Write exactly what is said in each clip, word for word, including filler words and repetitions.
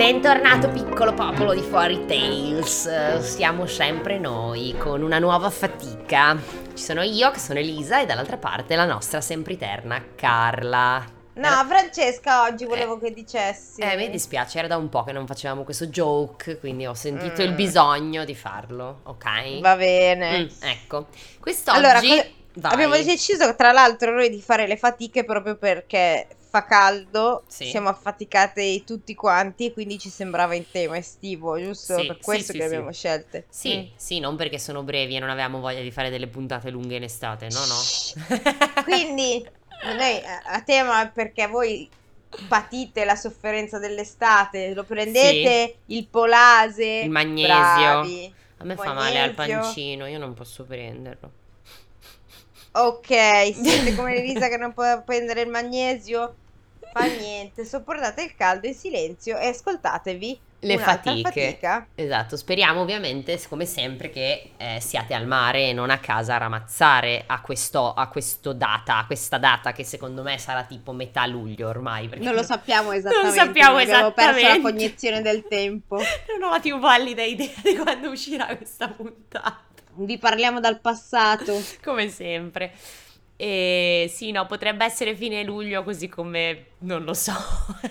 Bentornato piccolo popolo di Fairy Tales, siamo sempre noi con una nuova fatica. Ci sono io che sono Elisa e dall'altra parte la nostra sempriterna Carla. No, Era- Francesca, oggi volevo Eh. che dicessi. Eh, mi dispiace, era da un po' che non facevamo questo joke, quindi ho sentito il Mm, bisogno di farlo, ok? va bene. Mm, ecco, quest'oggi... Allora, co- vai. abbiamo deciso tra l'altro noi di fare le fatiche proprio perché fa caldo, Sì. siamo affaticate tutti quanti, quindi ci sembrava in tema estivo, giusto? Sì, Per sì, questo sì, che le sì. abbiamo scelte. Sì, Mm. sì, non perché sono brevi e non avevamo voglia di fare delle puntate lunghe in estate, no, no. Quindi noi a a tema perché voi patite la sofferenza dell'estate, lo prendete il polase, Il magnesio. bravi. A me fa male al Magnesio. pancino, io non posso prenderlo. Ok, siete come Elisa che non può prendere il magnesio? Fa niente, sopportate il caldo in silenzio e ascoltatevi Le un'altra fatiche. fatica. Esatto, speriamo ovviamente, come sempre, che eh, siate al mare e non a casa a ramazzare a questo, a questo data, a questa data che secondo me sarà tipo metà luglio ormai. Perché Non lo no- sappiamo Non esattamente, sappiamo non abbiamo perso la esattamente. cognizione del tempo. Non ho la più pallida idea di quando uscirà questa puntata. Vi parliamo dal passato. Come sempre. E sì, no, potrebbe essere fine luglio, così come non lo so.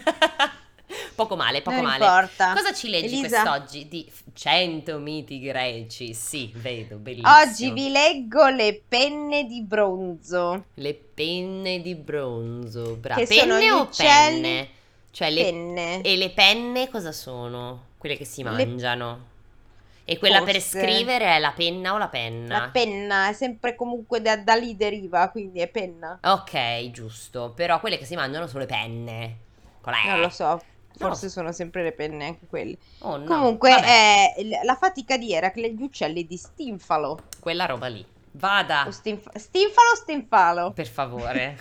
Poco male, poco Non male. importa. Cosa ci leggi Elisa, quest'oggi? Di cento miti greci. Sì, vedo, bellissimo. oggi vi leggo le penne di bronzo. Le penne di bronzo. Brava. Che sono Penne gli o uccelli- penne? Cioè le Penne. E le penne cosa sono? Quelle che si Le- mangiano. E quella per Forse. scrivere è la penna o la penna? La penna è sempre comunque da, da lì deriva, quindi è penna. Ok, giusto. Però quelle che si mangiano sono le penne. Qual è? Non lo so, forse No. sono sempre le penne anche quelle. Oh no. Comunque Vabbè, è l- la fatica di Eracle e gli uccelli di Stinfalo. quella roba lì. Vada, O Stinf- Stinfalo o Stinfalo? per favore.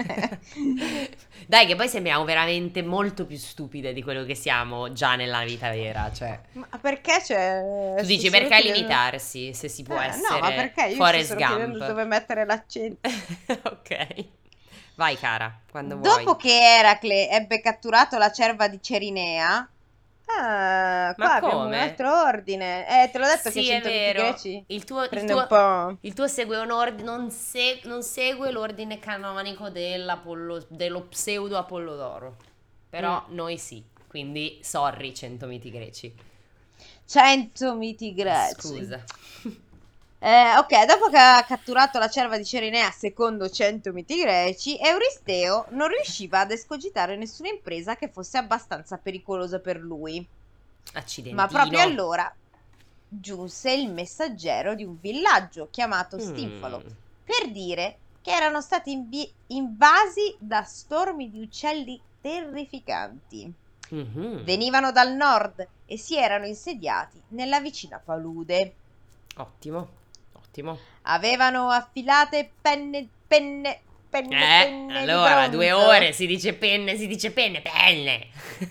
Dai, che poi sembriamo veramente molto più stupide di quello che siamo già nella vita vera. Cioè, Ma perché c'è... tu dici sto solo perché chiedendo- limitarsi se si può Eh, essere no, ma perché io sto Forrest solo chiedendo Gump? dove mettere l'accento. Ok. Vai, cara, quando Dopo vuoi. che Eracle ebbe catturato la cerva di Cerinea... Ah, qua Ma abbiamo un come? altro ordine. Eh, te l'ho detto che Sì, è cento miti vero. greci Il tuo, il prende tuo- un po'... il tuo segue un ordine, non, se- non segue l'ordine canonico dell'Apollo, dello pseudo Apollodoro. Però noi sì, quindi sorry, cento miti greci. cento miti greci. Scusa. Eh, ok, dopo che ha catturato la cerva di Cerinea secondo cento miti greci, Euristeo non riusciva ad escogitare nessuna impresa che fosse abbastanza pericolosa per lui. Accidentino. Ma proprio allora giunse il messaggero di un villaggio chiamato Mm. Stinfalo per dire che erano stati invi- invasi da stormi di uccelli terrificanti. Mhm. Venivano dal nord e si erano insediati nella vicina palude. Ottimo, ottimo. Avevano affilate penne, penne, penne, Eh, penne di allora, due bronzo, ore si dice penne, si dice penne, penne.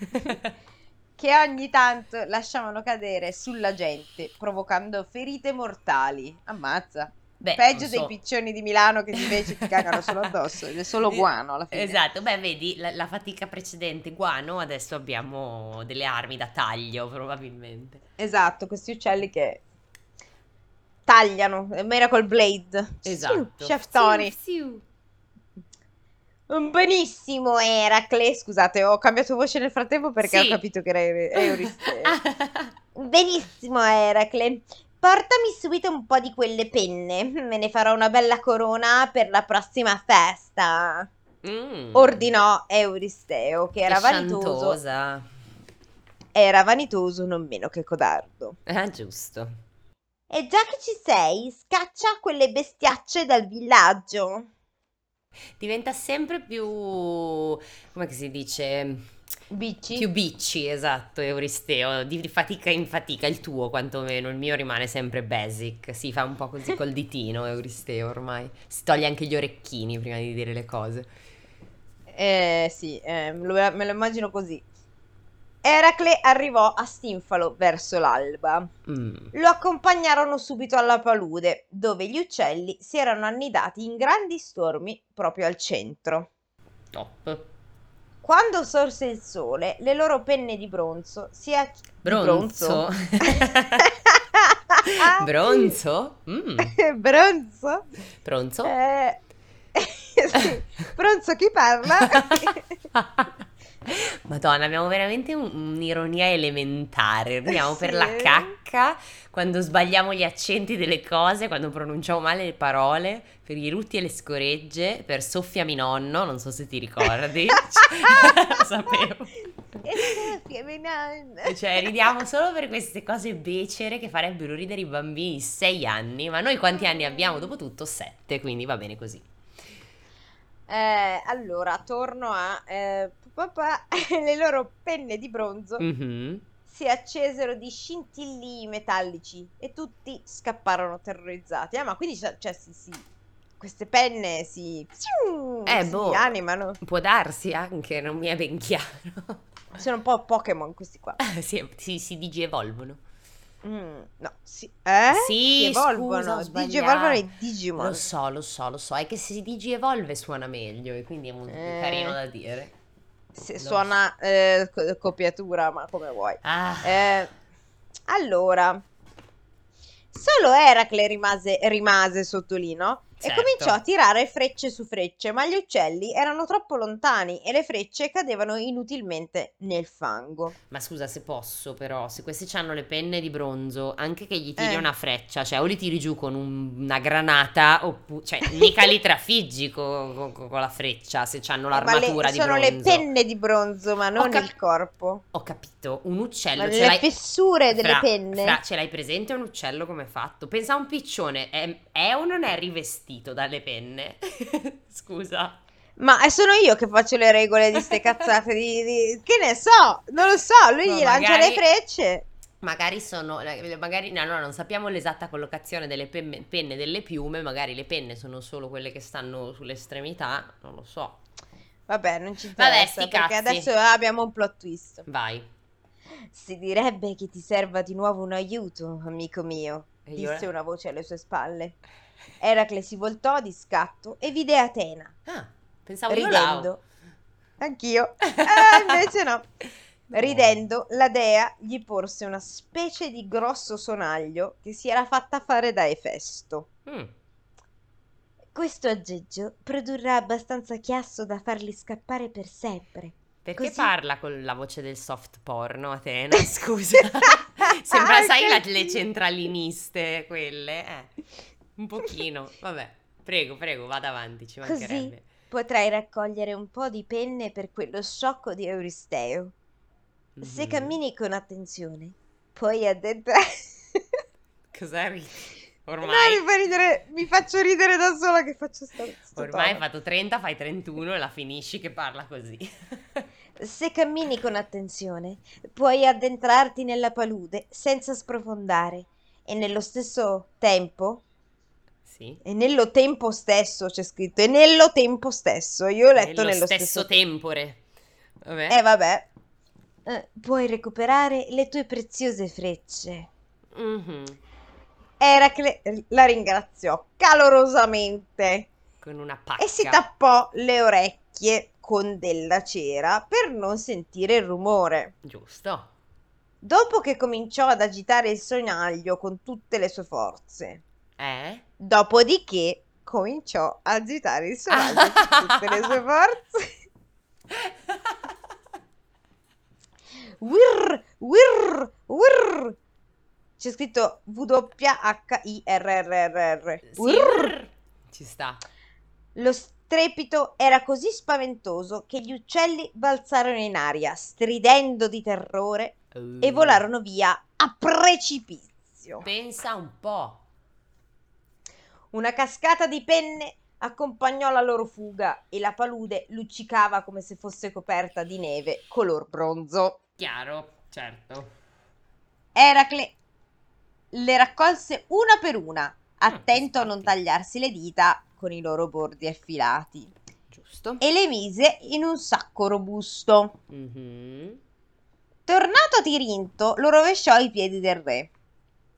che ogni tanto lasciavano cadere sulla gente, provocando ferite mortali. Ammazza. Beh, Peggio non dei so. piccioni di Milano che invece ti cagano solo addosso. Ed è solo guano alla fine. Esatto, beh, vedi, la, la fatica precedente, guano, adesso abbiamo delle armi da taglio, probabilmente. Esatto, questi uccelli che tagliano. è Miracle Blade. Esatto. Siu, Chef Tony. Siu, siu. Benissimo, Eracle. Scusate, ho cambiato voce nel frattempo perché Sì. ho capito che era Euri- Euristeo. Benissimo, Eracle. Portami subito un po' di quelle penne. Me ne farò una bella corona per la prossima festa. Mm. Ordinò Euristeo, che era Che vanitoso. sciantosa. Era vanitoso non meno che codardo. Ah, giusto. E già che ci sei, scaccia quelle bestiacce dal villaggio. Diventa sempre più, come che si dice, Bici? più bicci, esatto, Euristeo, di fatica in fatica, il tuo quantomeno, il mio rimane sempre basic, si fa un po' così col ditino Euristeo ormai, si toglie anche gli orecchini prima di dire le cose. Eh sì, eh, me lo, me lo immagino così. Eracle arrivò a Stinfalo verso l'alba. Mm. Lo accompagnarono subito alla palude, dove gli uccelli si erano annidati in grandi stormi proprio al centro. Top. Quando sorse il sole, le loro penne di bronzo si ac- di Bronzo. Bronzo? Mm. Bronzo? Bronzo? Eh, sì, bronzo chi parla? Madonna, abbiamo veramente un- un'ironia elementare. Ridiamo per la Sì. cacca quando sbagliamo gli accenti delle cose, quando pronunciamo male le parole, per i rutti e le scoregge, per soffiami nonno, non so se ti ricordi. Lo sapevo. E soffiami nonno. Cioè, ridiamo solo per queste cose becere che farebbero ridere i bambini di sei anni, ma noi quanti anni abbiamo? Dopotutto sette, quindi va bene così. Eh, allora, torno a eh, papà, le loro penne di bronzo Mhm. si accesero di scintillii metallici e tutti scapparono terrorizzati. Ah, ma quindi c'è, cioè, sì, sì, queste penne si, Eh, si boh, animano. può darsi anche, non mi è ben chiaro. Sono un po' Pokémon questi qua. si, si, si digievolvono. Mm, no, sì. Eh? Sì, Si evolvono, scusa, ho digievolvono i sbagliato. Digimon. Lo so, lo so, lo so, è che se si digievolve suona meglio e quindi è molto più Eh. carino da dire. Se Lo suona eh, co- copiatura, ma come vuoi. Ah, Eh, allora, solo Eracle rimase, rimase sotto lì, no? E certo. cominciò a tirare frecce su frecce, ma gli uccelli erano troppo lontani e le frecce cadevano inutilmente nel fango. Ma scusa, se posso però, se questi hanno le penne di bronzo, anche che gli tiri Eh. una freccia, cioè o li tiri giù con un- una granata, oppure, cioè mica li trafiggi co- co- con, la freccia se hanno Eh, ma le- l'armatura di sono bronzo. le penne di bronzo, ma non cap- il corpo. Ho capito, un uccello Ma ce le l'hai... fessure delle Fra- penne. fra- ce l'hai presente un uccello come è fatto? Pensa a un piccione, è, è o non è rivestito dalle penne? Scusa. Ma sono io che faccio le regole di ste cazzate di, di- Che ne so, non lo so, lui No, gli lancia magari- le frecce. Magari sono, magari, no, no, non sappiamo l'esatta collocazione delle penne, penne delle piume, magari le penne sono solo quelle che stanno sulle estremità, non lo so. Vabbè, non ci Vabbè, interessa, sti perché cazzi. adesso abbiamo un plot twist. Vai. Si direbbe che ti serva di nuovo un aiuto, amico mio, E io- disse una voce alle sue spalle. Eracle si voltò di scatto e vide Atena, Ah, pensavo io Lau. ridendo. Anch'io. Ah, invece no. Ridendo, la dea gli porse una specie di grosso sonaglio che si era fatta fare da Efesto. Mm. Questo aggeggio produrrà abbastanza chiasso da farli scappare per sempre. Perché Così- parla con la voce del soft porno, Atena? Scusa. Sembra, sai, la- le centraliniste, quelle. Eh, un pochino. Vabbè, prego, prego, vada avanti, ci Così mancherebbe. potrai raccogliere un po' di penne per quello sciocco di Euristeo. Se Mhm. cammini con attenzione, puoi addentrare... Cos'è? ridi? No, Ormai, mi fa ridere, mi faccio ridere da sola che faccio sto, sto ormai hai tono. fatto trenta, fai trentuno e la finisci che parla così. Se cammini con attenzione, puoi addentrarti nella palude senza sprofondare e nello stesso tempo, Sì. e nello tempo stesso c'è scritto, e nello tempo stesso, io ho letto Nello nello stesso stesso tempore. Vabbè. Eh vabbè, Eh, puoi recuperare le tue preziose frecce. Mhm. Eracle la ringraziò calorosamente Con una pacca. e si tappò le orecchie con della cera per non sentire il rumore. Giusto. Dopo che cominciò ad agitare il sonaglio con tutte le sue forze, Eh? dopodiché cominciò a agitare il sonaglio con tutte le sue forze. Wirr, wirr, wirr. C'è scritto W H I R R R R. Sì, Wirr. ci sta. Lo strepito era così spaventoso che gli uccelli balzarono in aria, stridendo di terrore, e Uh. volarono via a precipizio. Pensa un po'. Una cascata di penne accompagnò la loro fuga e la palude luccicava come se fosse coperta di neve color bronzo. Chiaro, certo. Eracle le raccolse una per una, attento a non infatti. tagliarsi le dita con i loro bordi affilati, Giusto. e le mise in un sacco robusto. Mhm. Tornato a Tirinto, lo rovesciò ai piedi del re.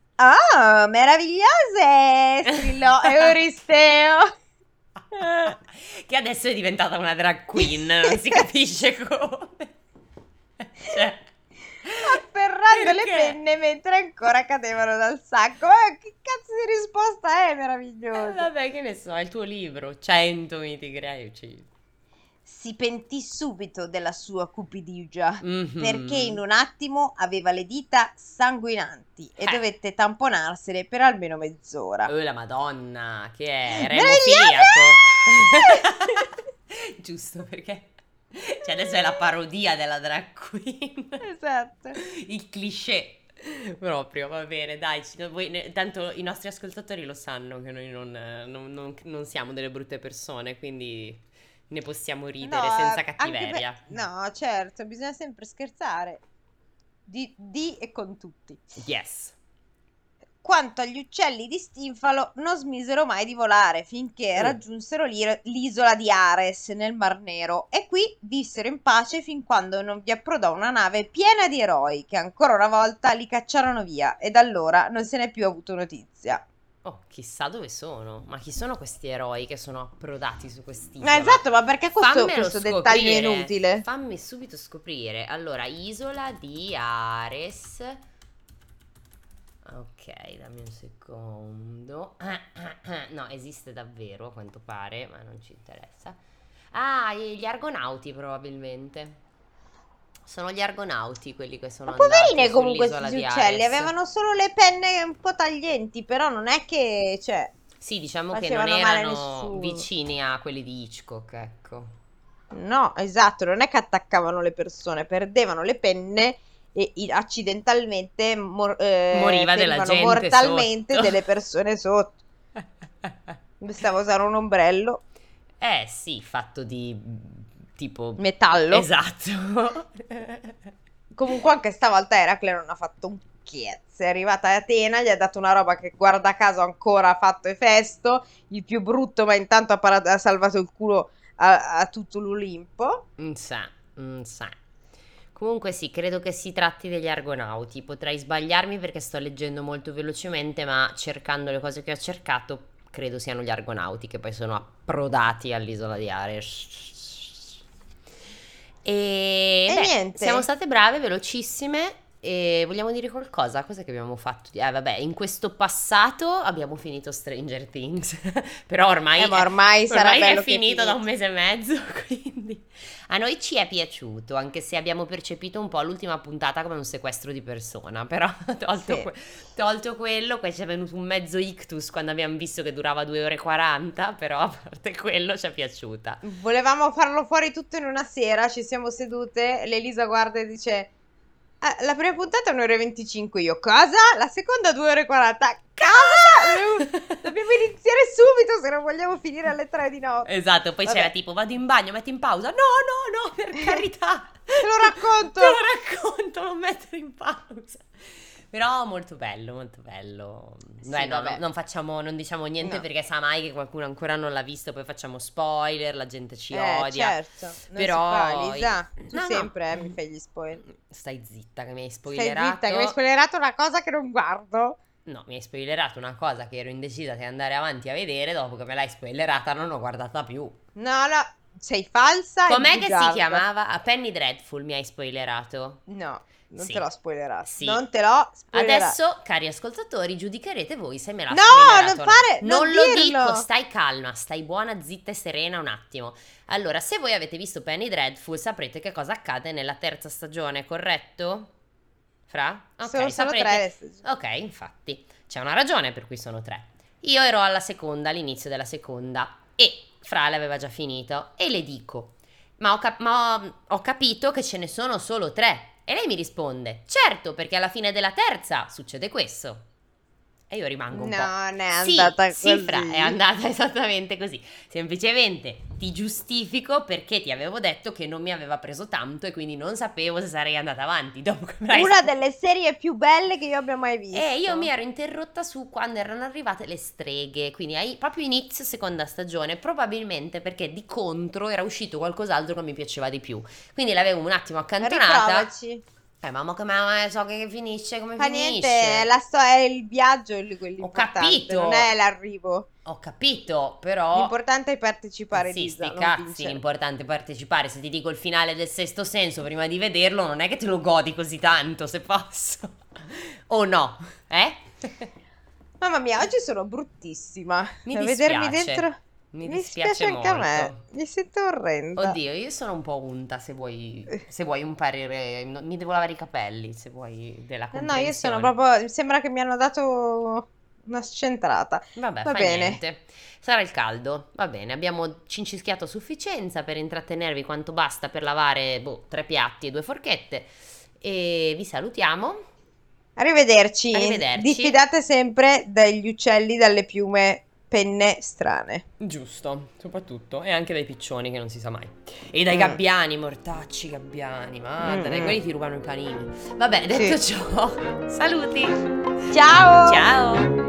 Ah, meravigliose! strillò Euristeo. Che adesso è diventata una drag queen, non si capisce come. Cioè, afferrando le perché? penne mentre ancora cadevano dal sacco. Ma che cazzo di risposta è Eh, meravigliosa? vabbè, che ne so, è il tuo libro, cento miti greci. Si pentì subito della sua cupidigia, perché in Mhm. un attimo aveva le dita sanguinanti e Eh, dovette tamponarsele per almeno mezz'ora. oh, la Madonna, che è Meraviglioso! remofiliaco. Giusto, perché cioè adesso è la parodia della drag queen. Esatto. Il cliché. Proprio, va bene, dai, ci- voi- ne- tanto i nostri ascoltatori lo sanno che noi non, eh, non- non- non siamo delle brutte persone, quindi ne possiamo No, ridere senza eh, anche per... cattiveria. No, certo, bisogna sempre scherzare. Di, di e con tutti. Yes. Quanto agli uccelli di Stinfalo, non smisero mai di volare finché Oh. raggiunsero l'ir- l'isola di Ares nel Mar Nero e qui vissero in pace fin quando non vi approdò una nave piena di eroi che ancora una volta li cacciarono via e da allora non se n'è più avuto notizia. Oh, chissà dove sono. Ma chi sono questi eroi che sono approdati su Ma quest'isola? esatto, ma perché questo, Fammelo questo dettaglio è scoprire. inutile? Fammi subito scoprire. Allora, isola di Ares. Ok, dammi un secondo. No, esiste davvero, a quanto pare, ma non ci interessa. Ah, gli argonauti probabilmente. Sono gli argonauti quelli che sono Ma andati poverine comunque sull'isola questi di uccelli, Ares. avevano solo le penne un po' taglienti, però non è che, cioè, Sì, diciamo che non facevano male a erano nessuno. vicini a quelli di Hitchcock, ecco. No, esatto, non è che attaccavano le persone, perdevano le penne e i- accidentalmente mor- eh, Moriva della ferivano gente mortalmente sotto. delle persone sotto. Stavo usando un ombrello, Eh sì, fatto di tipo... metallo. Esatto. Comunque anche stavolta Eracle non ha fatto un chiezzo. È arrivata a Atena, gli ha dato una roba che guarda caso ancora ha fatto Efesto, il più brutto, ma intanto ha, parato- ha salvato il culo a, a tutto l'Olimpo. Non sa, non sa. Comunque sì, credo che si tratti degli argonauti. Potrei sbagliarmi perché sto leggendo molto velocemente, ma cercando le cose che ho cercato, credo siano gli argonauti che poi sono approdati all'isola di Ares. E, E beh, niente. siamo state brave, velocissime. E vogliamo dire qualcosa? Cos'è che abbiamo fatto? Eh, vabbè, in questo passato abbiamo finito Stranger Things. Però ormai, Eh, ma ormai sarà ormai è bello che è finito da finito. un mese e mezzo, quindi a noi ci è piaciuto, anche se abbiamo percepito un po' l'ultima puntata come un sequestro di persona. Però tolto, Sì. que- tolto quello, poi ci è venuto un mezzo ictus quando abbiamo visto che durava due ore e quaranta. Però a parte quello ci è piaciuta. Volevamo farlo fuori tutto in una sera, ci siamo sedute, l'Elisa guarda e dice: "Ah, la prima puntata è un'ora e venticinque, io cosa? La seconda due ore e quaranta, cosa? Dobbiamo, dobbiamo iniziare subito se non vogliamo finire alle tre di notte." Esatto, poi Vabbè. c'era tipo vado in bagno, metti in pausa. No, no, no, per carità. Te lo racconto. Te lo racconto, non mettere in pausa. Però molto bello, molto bello. Sì, Beh, no, vabbè. no, non facciamo, non diciamo niente No. perché sa mai che qualcuno ancora non l'ha visto, poi facciamo spoiler, la gente ci Eh, odia. certo, non Però si fa, Elisa. Tu No, no. sempre eh, mi fai gli spoiler. Stai zitta che mi hai Stai spoilerato. zitta, che mi hai spoilerato una cosa che non guardo. No, mi hai spoilerato una cosa che ero indecisa di andare avanti a vedere, dopo che me l'hai spoilerata non l'ho guardata più. No, no, sei falsa e Com'è che si bugiarda. chiamava? A Penny Dreadful mi hai spoilerato. No, non Sì. te l'ho spoilerato. Sì. Non te l'ho spoilerato. Adesso, cari ascoltatori, giudicherete voi se me l'ha No, spoilerato non o no. fare- non Non lo dirlo. dico, stai calma, stai buona, zitta e serena un attimo. Allora, se voi avete visto Penny Dreadful, saprete che cosa accade nella terza stagione, corretto? Fra? Ok, Sono solo saprete. tre le stagioni. Ok, infatti, c'è una ragione per cui sono tre. Io ero alla seconda, all'inizio della seconda, e Fra l'aveva già finito, e le dico, ma ho, cap- ma ho- ho capito che ce ne sono solo tre. E lei mi risponde, certo, perché alla fine della terza succede questo. E io rimango un No, po'. non è Sì, andata sì, così. Fra, è andata esattamente così. Semplicemente ti giustifico perché ti avevo detto che non mi aveva preso tanto e quindi non sapevo se sarei andata avanti. Dopo che me l'hai Una delle serie più belle che io abbia mai visto. e io mi ero interrotta su quando erano arrivate le streghe, quindi ai- proprio inizio seconda stagione, probabilmente perché di contro era uscito qualcos'altro che mi piaceva di più. Quindi l'avevo un attimo accantonata. Riprovaci. Eh, mamma che ma so che finisce come Fa finisce. niente, la sto- è il viaggio il- quello Ho importante, capito. non è l'arrivo. Ho capito, però... L'importante è partecipare, Sì, Lisa, sti non cazzi, vincere. l'importante è partecipare. Se ti dico il finale del Sesto Senso prima di vederlo, non è che te lo godi così tanto, se posso. O no, eh? Mamma mia, oggi sono bruttissima. Mi A dispiace. vedermi dentro... Mi Mi dispiace dispiace anche a me. molto. Mi sento orrenda. Oddio, io sono un po' unta, se vuoi, se vuoi un parere, no, mi devo lavare i capelli, se vuoi, della No, no, io sono comprensione. proprio... Sembra che mi hanno dato una scentrata. Vabbè, Va fa bene. niente. Sarà il caldo, va bene, abbiamo cincischiato a sufficienza per intrattenervi quanto basta per lavare, boh, tre piatti e due forchette. E vi salutiamo. Arrivederci. Arrivederci. Diffidate sempre dagli uccelli dalle piume penne strane. Giusto, soprattutto. E anche dai piccioni che non si sa mai. E dai Mm. gabbiani, mortacci gabbiani. Madre, Mm-mm. quelli ti rubano i panini. Vabbè, detto Sì. ciò, saluti. Ciao! Ciao.